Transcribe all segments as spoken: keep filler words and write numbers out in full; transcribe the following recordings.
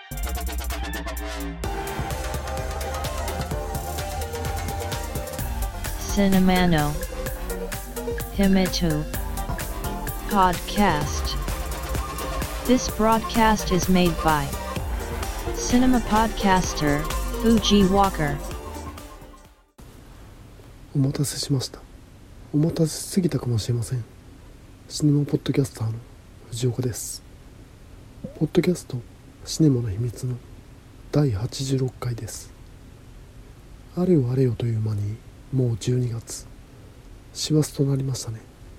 Cinemano Himitu Podcast. This broadcast is made by Cinema Podcaster Fuji Walker. お待たせしました。お待たせしすぎたかもしれません。シネマポッドキャスターの藤岡です。ポッドキャストシネマの秘密のだいはちじゅうろっかいです。あれよあれよという間にもうじゅうにがつ、師走となりましたね。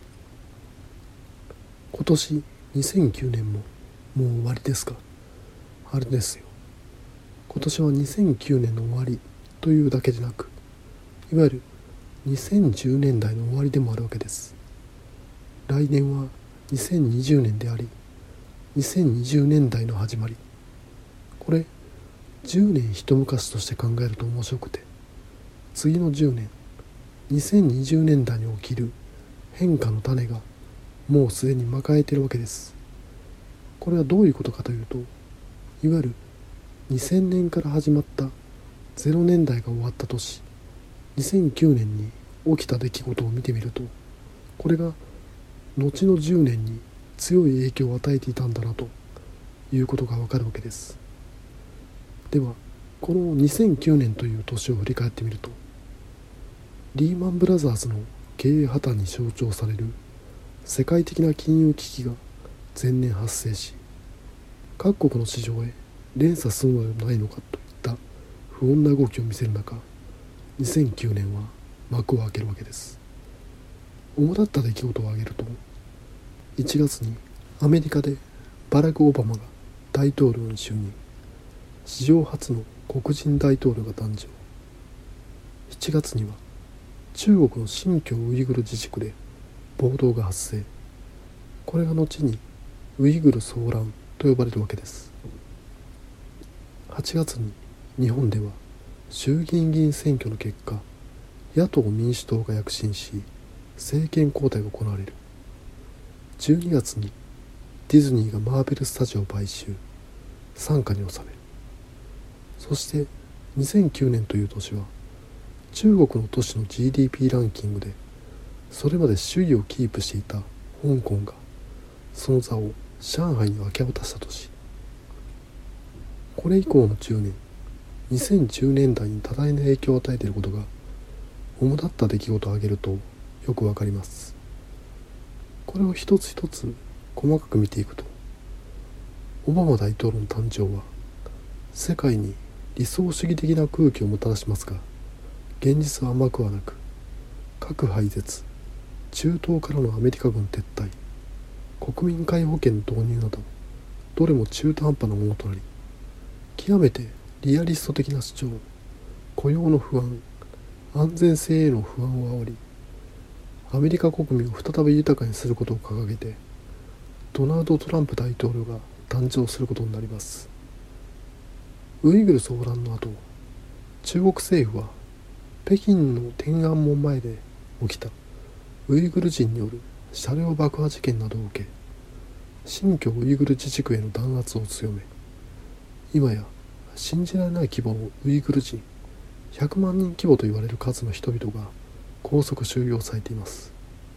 今年にせんきゅうねんももう終わりですか。あれですよ、今年はにせんきゅうねんの終わりというだけでなく、いわゆるにせんじゅうねんだいの終わりでもあるわけです。来年はにせんにじゅうねんであり、にせんにじゅうねんだいの始まり。これじゅうねん一昔として考えると面白くて、次のじゅうねん、にせんにじゅうねんだいに起きる変化の種がもうすでにまかえているわけです。これはどういうことかというと、いわゆるにせんねんから始まったゼロねんだいが終わった年、にせんきゅうねんに起きた出来事を見てみると、これが後のじゅうねんに強い影響を与えていたんだなということがわかるわけです。ではこのにせんきゅうねんという年を振り返ってみると、リーマンブラザーズの経営破綻に象徴される世界的な金融危機が前年発生し、各国の市場へ連鎖するのではないのかといった不穏な動きを見せる中、にせんきゅうねんは幕を開けるわけです。主だった出来事を挙げると、いちがつにアメリカでバラク・オバマが大統領に就任、史上初の黒人大統領が誕生。しちがつには中国の新疆ウイグル自治区で暴動が発生。これが後にウイグル騒乱と呼ばれるわけです。はちがつに日本では衆議院議員選挙の結果、野党民主党が躍進し政権交代が行われる。じゅうにがつにディズニーがマーベルスタジオを買収、傘下に収める。そしてにせんきゅうねんという年は中国の都市の ジーディーピー ランキングでそれまで首位をキープしていた香港がその座を上海に明け渡した年。これ以降のじゅうねん、にせんじゅうねんだいに多大な影響を与えていることが主だった出来事を挙げるとよくわかります。これを一つ一つ細かく見ていくと、オバマ大統領の誕生は世界に理想主義的な空気をもたらしますが、現実は甘くはなく、核廃絶、中東からのアメリカ軍撤退、国民皆保険の導入など、どれも中途半端なものとなり、極めてリアリスト的な主張、雇用の不安、安全性への不安を煽り、アメリカ国民を再び豊かにすることを掲げて、ドナルド・トランプ大統領が誕生することになります。ウイグル騒乱の後、中国政府は北京の天安門前で起きたウイグル人による車両爆破事件などを受け、新疆ウイグル自治区への弾圧を強め、今や信じられない規模のウイグル人ひゃくまんにん規模と言われる数の人々が拘束収容されています。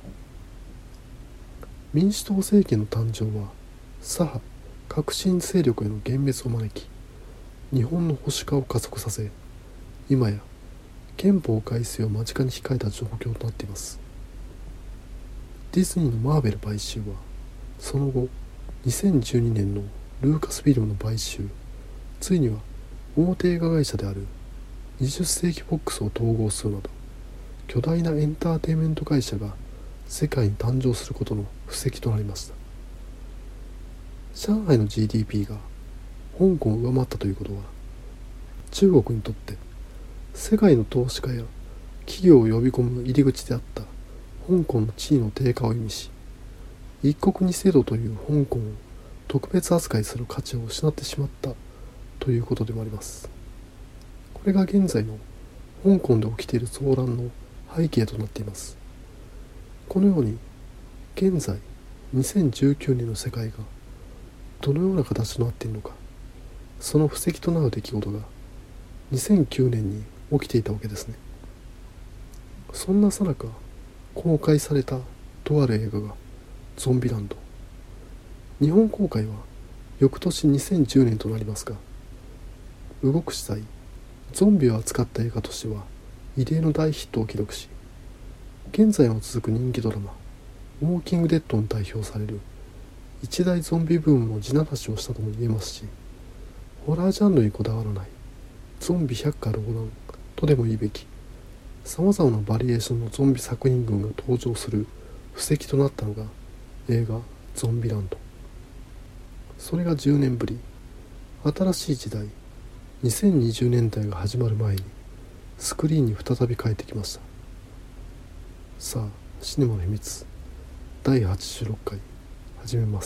民主党政権の誕生は左派革新勢力への幻滅を招き、日本の保守化を加速させ、今や憲法改正を間近に控えた状況となっています。ディズニーのマーベル買収はその後にせんじゅうにねんのルーカスフィルムの買収、ついには大手映画会社であるにじゅっせいきフォックスを統合するなど、巨大なエンターテインメント会社が世界に誕生することの布石となりました。上海の ジーディーピー が香港を上回ったということは、中国にとって世界の投資家や企業を呼び込む入り口であった香港の地位の低下を意味し、一国二制度という香港を特別扱いする価値を失ってしまったということでもあります。これが現在の香港で起きている騒乱の背景となっています。このように現在にせんじゅうきゅうねんの世界がどのような形となっているのか、 その布石となる出来事がにせんきゅうねんに起きていたわけですね。そんなさなか公開されたとある映画がゾンビランド。日本公開は翌年にせんじゅうねんとなりますが、動く死体ゾンビを扱った映画としては異例の大ヒットを記録し、現在も続く人気ドラマウォーキングデッドに代表される一大ゾンビブームの地ならしをしたとも言えますし、ホラージャンルにこだわらないゾンビ百花繚乱とでも言うべき、さまざまなバリエーションのゾンビ作品群が登場する布石となったのが映画ゾンビランド。それがじゅうねんぶり、新しい時代にせんにじゅうねんだいが始まる前にスクリーンに再び帰ってきました。さあ、シネマの秘密だいはちじゅうろっかい始めます。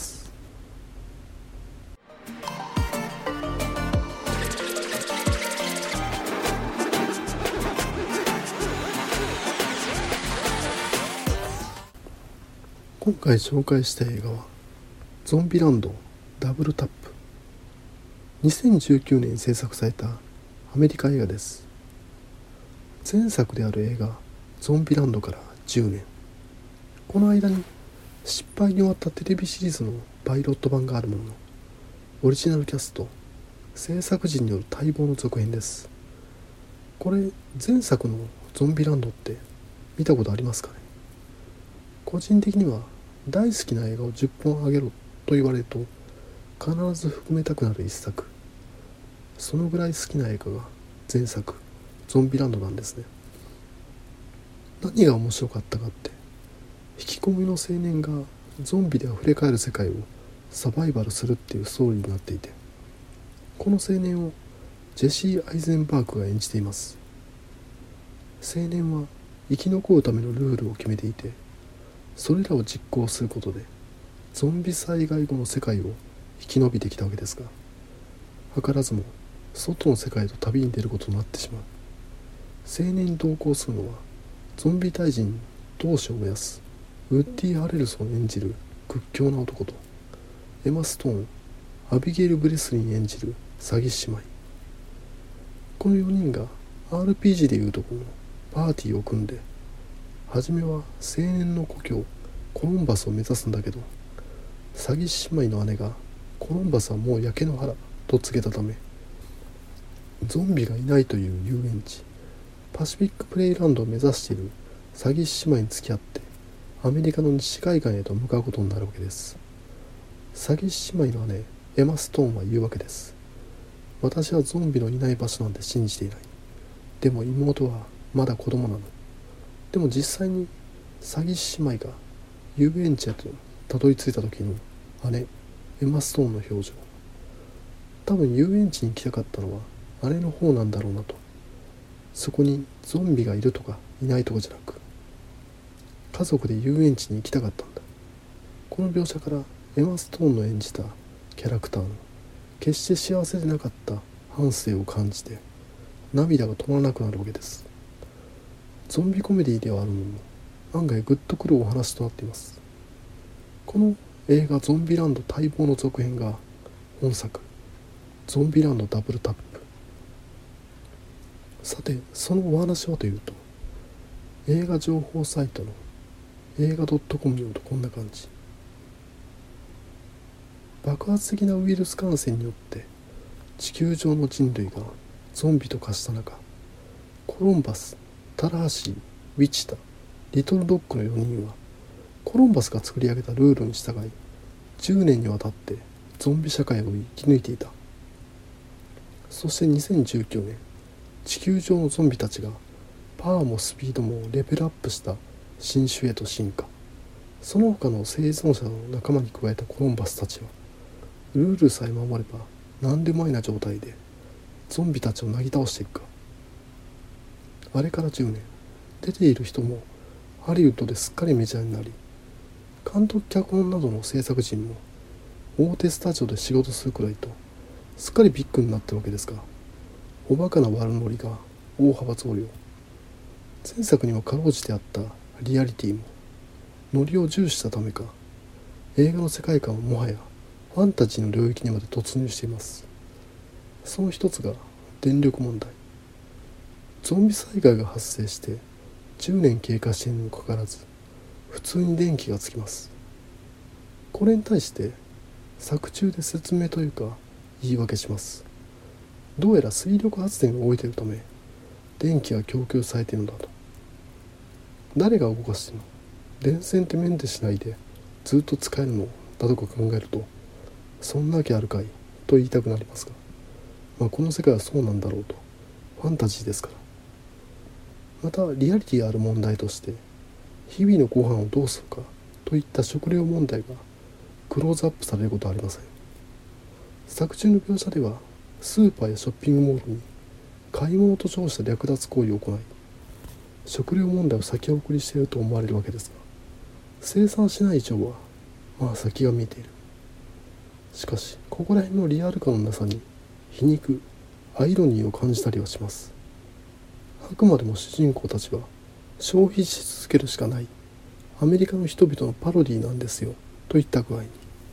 今回紹介した映画はゾンビランドダブルタップ。にせんじゅうきゅうねんに制作されたアメリカ映画です。前作である映画ゾンビランドからじゅうねん、この間に失敗に終わったテレビシリーズのパイロット版があるものの、オリジナルキャスト制作陣による待望の続編です。これ前作のゾンビランドって見たことありますかね。個人的には大好きな映画をじゅっぽんあげろと言われると必ず含めたくなる一作。そのぐらい好きな映画が前作ゾンビランドなんですね。何が面白かったかって、引きこもりの青年がゾンビであふれ返る世界をサバイバルするっていうストーリーになっていて、この青年をジェシー・アイゼンバーグが演じています。青年は生き残るためのルールを決めていて、それらを実行することでゾンビ災害後の世界を生き延びてきたわけですが、図らずも外の世界と旅に出ることになってしまう。青年に同行するのはゾンビ退治に同志を燃やすウッディ・ハレルソン演じる屈強な男と、エマ・ストーン、アビゲイル・ブレスリン演じる詐欺姉妹。このよにんが アールピージー でいうとこのパーティーを組んで、初めは青年の故郷コロンバスを目指すんだけど、詐欺姉妹の姉がコロンバスはもう焼け野原と告げたため、ゾンビがいないという遊園地パシフィックプレイランドを目指している詐欺姉妹に付き合ってアメリカの西海岸へと向かうことになるわけです。詐欺姉妹の姉エマ・ストーンは言うわけです。私はゾンビのいない場所なんて信じていない。でも妹はまだ子供なの。でも実際に詐欺姉妹が遊園地へとたどり着いた時の姉エマ・ストーンの表情、多分遊園地に行きたかったのは姉の方なんだろうなと。そこにゾンビがいるとかいないとかじゃなく、家族で遊園地に行きたかったんだ。この描写からエマ・ストーンの演じたキャラクターの決して幸せでなかった半生を感じて涙が止まらなくなるわけです。ゾンビコメディではあるものの案外グッとくるお話となっています。この映画ゾンビランド待望の続編が本作ゾンビランドダブルタップ。さて、そのお話はというと、映画情報サイトの映画 .com によるとこんな感じ。爆発的なウイルス感染によって地球上の人類がゾンビと化した中、コロンバス、タラハシー、ウィチタ、リトルドッグのよにんはコロンバスが作り上げたルールに従いじゅうねんにわたってゾンビ社会を生き抜いていた。そしてにせんじゅうきゅうねん、地球上のゾンビたちがパワーもスピードもレベルアップした新種へと進化。その他の生存者の仲間に加えたコロンバスたちはルールさえ守れば何でもありな状態でゾンビたちをなぎ倒していくか。あれからじゅうねん、出ている人もハリウッドですっかりメジャーになり、監督脚本などの制作陣も大手スタジオで仕事するくらいとすっかりビッグになってるわけですが、おバカな悪ノリが大幅増量。前作にはかろうじてあったリアリティもノリを重視したためか、映画の世界観はもはやファンタジーの領域にまで突入しています。 その一つが電力問題。ゾンビ災害が発生してじゅうねん経過しているにもかかわらず普通に電気がつきます。これに対して作中で説明というか言い訳します。どうやら水力発電が動いているため電気が供給されているのだと。誰が動かしているの？電線ってメンテしないでずっと使えるのだとか考えると、そんなわけあるかいと言いたくなりますが、まあ、この世界はそうなんだろうと。ファンタジーですから。またリアリティある問題として、日々のご飯をどうするかといった食料問題がクローズアップされることはありません。作中の描写ではスーパーやショッピングモールに買い物と称した略奪行為を行い、食料問題を先送りしていると思われるわけですが、生産しない以上はまあ先が見えている。しかしここら辺のリアル感のなさに皮肉、アイロニーを感じたりはします。あくまでも主人公たちは消費し続けるしかないアメリカの人々のパロディなんですよといった具合に。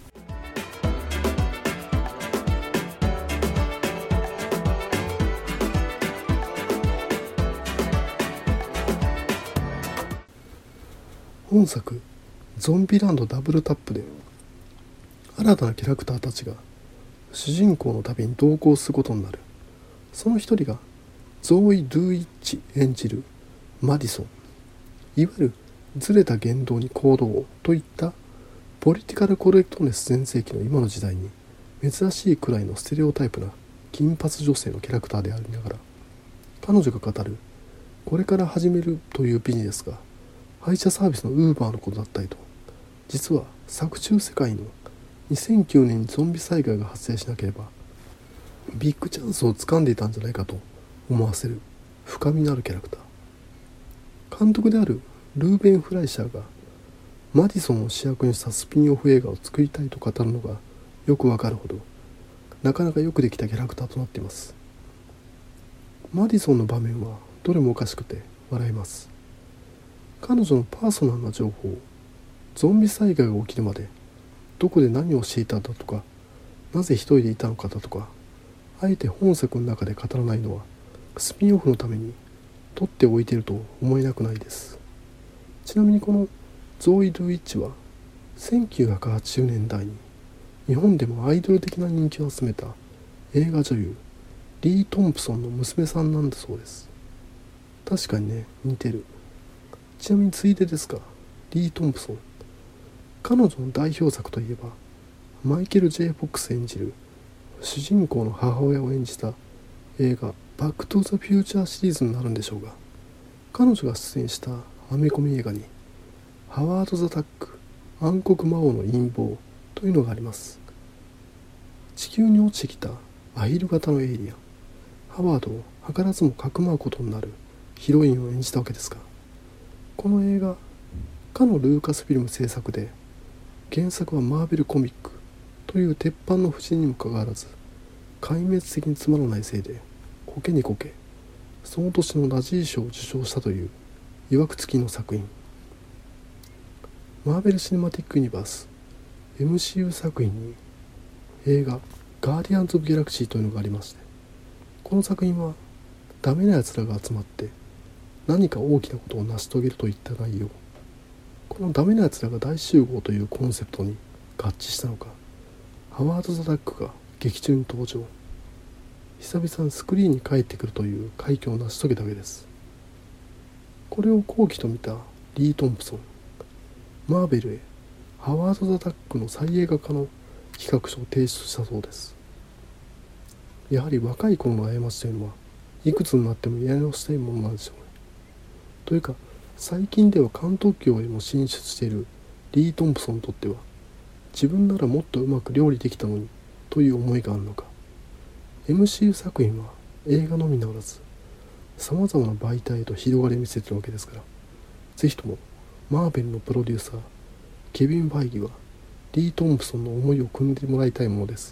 本作ゾンビランドダブルタップで新たなキャラクターたちが主人公の旅に同行することになる。その一人がゾーイ・ドゥイッチ演じるマディソン。いわゆるずれた言動に行動といったポリティカルコレクトネス全盛期の今の時代に珍しいくらいのステレオタイプな金髪女性のキャラクターでありながら、彼女が語るこれから始めるというビジネスが配車サービスのウーバーのことだったりと、実は作中世界のにせんきゅうねんにゾンビ災害が発生しなければビッグチャンスを掴んでいたんじゃないかと思わせる深みのあるキャラクター。監督であるルーベン・フライシャーがマディソンを主役にしたスピンオフ映画を作りたいと語るのがよくわかるほど、なかなかよくできたキャラクターとなっています。マディソンの場面はどれもおかしくて笑えます。彼女のパーソナルな情報、ゾンビ災害が起きるまでどこで何をしていただとか、なぜ一人でいたのかだとか、あえて本作の中で語らないのはスピンオフのために取っておいていると思えなくないです。ちなみにこのゾーイ・ドゥイッチはせんきゅうひゃくはちじゅうねんだいに日本でもアイドル的な人気を集めた映画女優リー・トンプソンの娘さんなんだそうです。確かにね、似てる。ちなみについでですが、リー・トンプソン、彼女の代表作といえばマイケル・ジェイ・フォックス演じる主人公の母親を演じた映画バックトゥザフューチャーシリーズになるんでしょうが、彼女が出演したアメコミ映画にハワード・ザ・タック、暗黒魔王の陰謀というのがあります。地球に落ちてきたアヒル型のエイリアン、ハワードを図らずもかくまうことになるヒロインを演じたわけですが、この映画かのルーカスフィルム制作で、原作はマーベルコミックという鉄板の布陣にもかかわらず壊滅的につまらないせいでこけにこけ、その年のラジー賞を受賞したという曰くつきの作品。マーベル・シネマティック・ユニバース エムシーユー 作品に映画ガーディアンズ・オブ・ギャラクシーというのがありまして、この作品はダメなやつらが集まって何か大きなことを成し遂げるといった内容。このダメなやつらが大集合というコンセプトに合致したのか、ハワード・ザ・タックが劇中に登場、久々にスクリーンに帰ってくるという快挙を成し遂げたわけです。これを好機と見たリー・トンプソン、マーベルへハワード・ザ・タックの再映画化の企画書を提出したそうです。やはり若い頃の過ちというのはいくつになってもやり直したいものなんでしょうね。というか最近では監督業へも進出しているリー・トンプソンにとっては、自分ならもっとうまく料理できたのにという思いがあるのか、 エムシーユー 作品は映画のみならずさまざまな媒体へと広がり見せているわけですから、ぜひともマーベルのプロデューサーケビン・ファイギはリー・トンプソンの思いを汲んでもらいたいものです。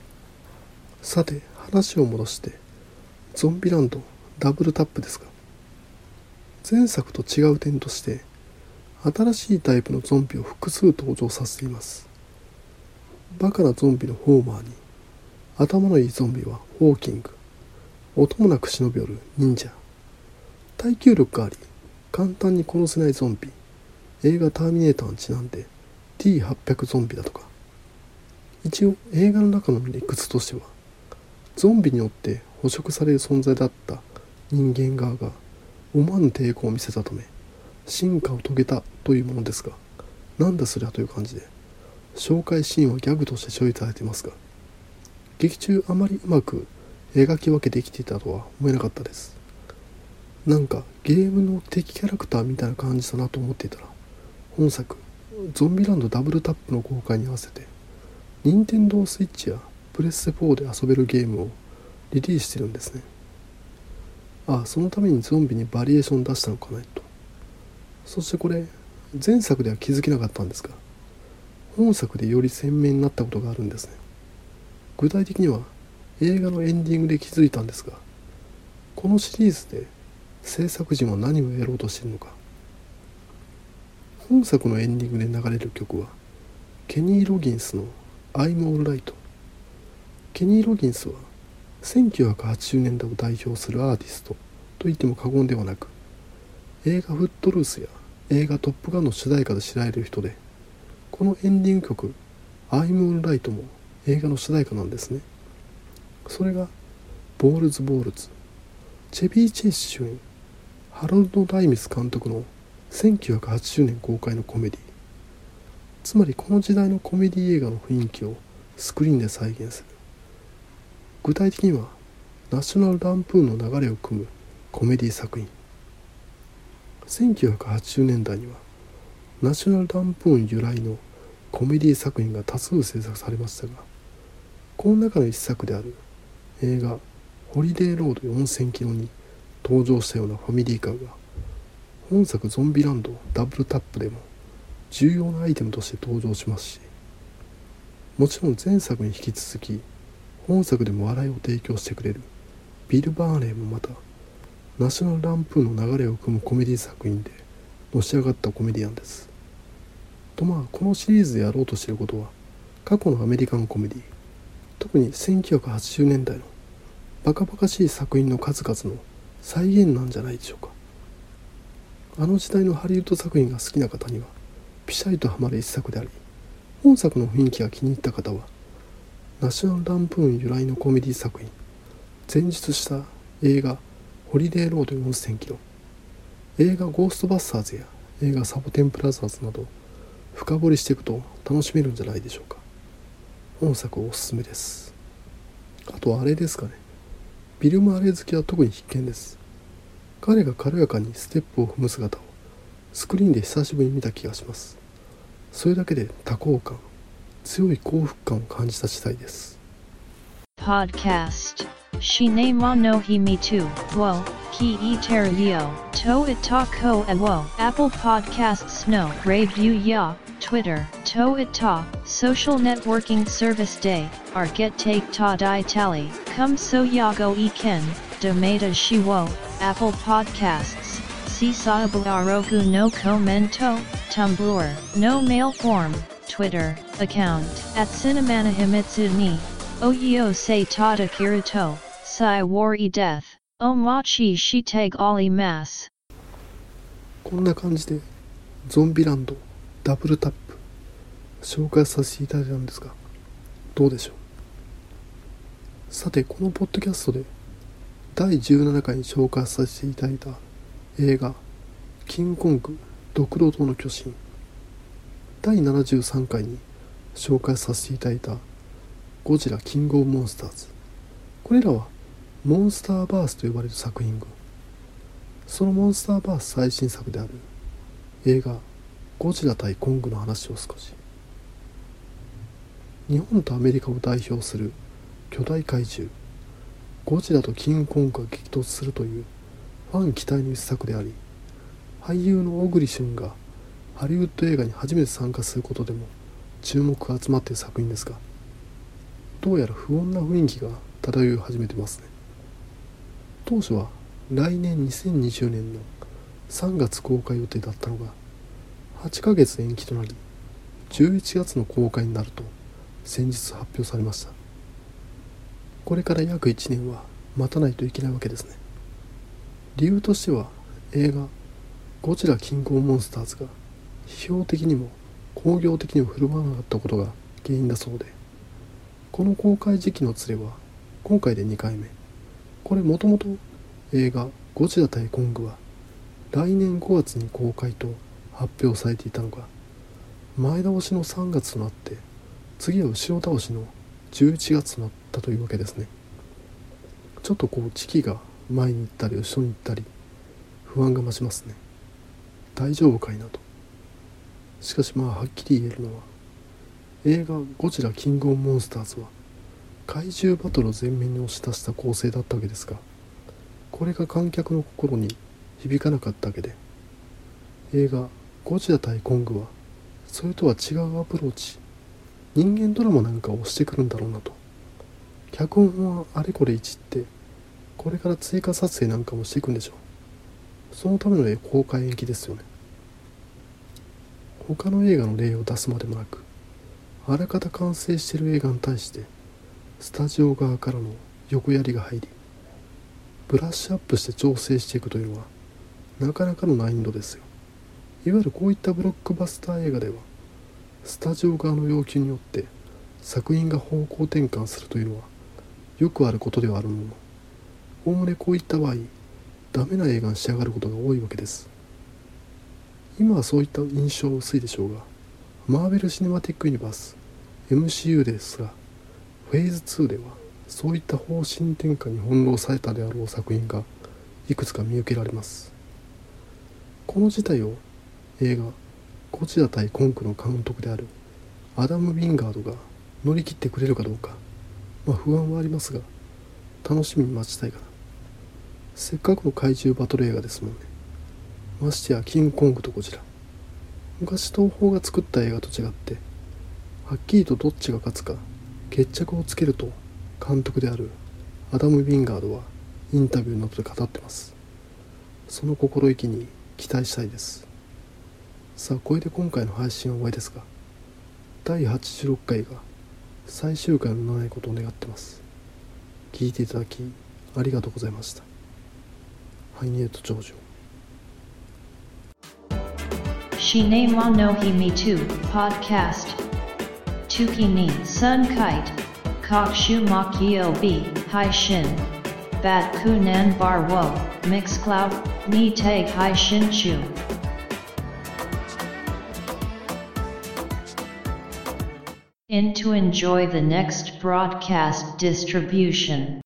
さて話を戻して、ゾンビランドダブルタップですが、 前作と違う点として新しいタイプのゾンビを複数登場させています。バカなゾンビのホーマーに、頭のいいゾンビはホーキング、音もなく忍び寄る忍者、耐久力があり簡単に殺せないゾンビ、映画ターミネーターにちなんで ティーはっぴゃく ゾンビだとか。一応映画の中の理屈としては、ゾンビによって捕食される存在だった人間側が思わぬ抵抗を見せたため進化を遂げたというものですが、なんだそりゃという感じで紹介シーンはギャグとして処理されていますが、劇中あまりうまく描き分けできていたとは思えなかったです。なんかゲームの敵キャラクターみたいな感じだなと思っていたら、本作ゾンビランドダブルタップの公開に合わせて任天堂スイッチやプレステフォーで遊べるゲームをリリースしてるんですね。ああ、そのためにゾンビにバリエーション出したのかなと。そしてこれ前作では気づけなかったんですが、本作でより鮮明になったことがあるんですね。具体的には映画のエンディングで気づいたんですが、このシリーズで制作陣は何をやろうとしているのか。本作のエンディングで流れる曲はケニー・ロギンスの I'm Alright。 ケニー・ロギンスはせんきゅうひゃくはちじゅうねんだいを代表するアーティストと言っても過言ではなく、映画フットルースや映画トップガンの主題歌で知られる人で、このエンディング曲 I'm Alright も映画の主題歌なんですね。それがボールズ・ボールズ、チェビー・チェイス主演、ハロルド・ライミス監督のせんきゅうひゃくはちじゅうねん公開のコメディ。つまりこの時代のコメディ映画の雰囲気をスクリーンで再現する。具体的にはナショナルランプーンの流れを組むコメディ作品。せんきゅうひゃくはちじゅうねんだいにはナショナルランプーン由来のコメディ作品が多数制作されましたが、この中の一作である映画ホリデーロードよんせんキロに登場したようなファミリーカーが本作ゾンビランドダブルタップでも重要なアイテムとして登場しますし、もちろん前作に引き続き本作でも笑いを提供してくれるビル・バーレーもまたナショナルランプーンの流れを組むコメディ作品でのし上がったコメディアンです。とまあこのシリーズでやろうとしていることは過去のアメリカンコメディ、特にせんきゅうひゃくはちじゅうねんだいのバカバカしい作品の数々の再現なんじゃないでしょうか。あの時代のハリウッド作品が好きな方にはピシャリとハマる一作であり、本作の雰囲気が気に入った方はナショナルランプーン由来のコメディ作品、前述した映画ホリデーロードよんせんキロ、映画ゴーストバスターズや映画サボテンプラザーズなど深掘りしていくと楽しめるんじゃないでしょうか。本作おすすめです。あとあれですかね、ビル・マーレー好きは特に必見です。彼が軽やかにステップを踏む姿をスクリーンで久しぶりに見た気がします。それだけで多幸感、強い幸福感を感じた次第です。 Podcast Shinema no Himi tu wo ki iterio to itako e wo Apple Podcasts no review ya Twitter to ita social networking service day our get take ta di tally come so yago iken domata shiwo Apple Podcasts Sisabu Arogu no commento Tumblr no mail form Twitter account at Cinemana Himitsu ni Oyo se tada kiruto Sai wari death Omachi shiteg ali mas。 こんな感じでゾンビランドダブルタップ紹介させていただいたんですが、どうでしょう。さてこのポッドキャストでだいじゅうななかいに紹介させていただいた映画キングコングドクロ島の巨神、だいななじゅうさんかいに紹介させていただいたゴジラキングオブモンスターズ、これらはモンスターバースと呼ばれる作品群。そのモンスターバース最新作である映画ゴジラ対コングの話を少し。日本とアメリカを代表する巨大怪獣ゴジラとキングコングが激突するというファン期待の一作であり、俳優の小栗旬がハリウッド映画に初めて参加することでも注目が集まっている作品ですが、どうやら不穏な雰囲気が漂い始めてますね。当初は来年にせんにじゅうねんのさんがつ公開予定だったのがはちかげつ延期となりじゅういちがつの公開になると先日発表されました。これから約いちねんは待たないといけないわけですね。理由としては映画ゴジラキングオブモンスターズが批評的にも興行的にも振るわなかったことが原因だそうで、この公開時期のズレは今回でにかいめ。これもともと映画ゴジラ対コングは来年ごがつに公開と発表されていたのが前倒しのさんがつとなって、次は後ろ倒しのじゅういちがつとなったというわけですね。ちょっとこう時期が前に行ったり後ろに行ったり不安が増しますね。大丈夫かいなと。しかしまあはっきり言えるのは、映画ゴジラキングオブモンスターズは怪獣バトルを前面に押し出した構成だったわけですが、これが観客の心に響かなかったわけで、映画ゴジラ対コングはそれとは違うアプローチ、人間ドラマなんかを押してくるんだろうなと。脚本はあれこれいじってこれから追加撮影なんかもしていくんでしょう。そのための公開延期ですよね。他の映画の例を出すまでもなく、あらかた完成している映画に対してスタジオ側からの横やりが入り、ブラッシュアップして調整していくというのはなかなかの難易度ですよ。いわゆるこういったブロックバスター映画ではスタジオ側の要求によって作品が方向転換するというのはよくあることではあるものの、おおむねこういった場合ダメな映画に仕上がることが多いわけです。今はそういった印象は薄いでしょうが、マーベル・シネマティック・ユニバース エムシーユー ですがフェーズツーではそういった方針転換に翻弄されたであろう作品がいくつか見受けられます。この事態を映画ゴジラ対コングの監督であるアダム・ウィンガードが乗り切ってくれるかどうか、まあ不安はありますが楽しみに待ちたいかな。せっかくの怪獣バトル映画ですもんね。ましてやキングコングとゴジラ、昔東宝が作った映画と違ってはっきりとどっちが勝つか決着をつけると監督であるアダム・ウィンガードはインタビューなどで語ってます。その心意気に期待したいです。さあこれで今回の配信は終わりですが、だいはちじゅうろっかいが最終回にならないことを願ってます。聞いていただきありがとうございました。ハイネート長女。 Shine mo no hime tu podcast. Tuki ni sun kite. Kokshu makio b hai shin. Bat kunan bar wo mixcloud ni tag hai shin chu. In to enjoy the next broadcast distribution.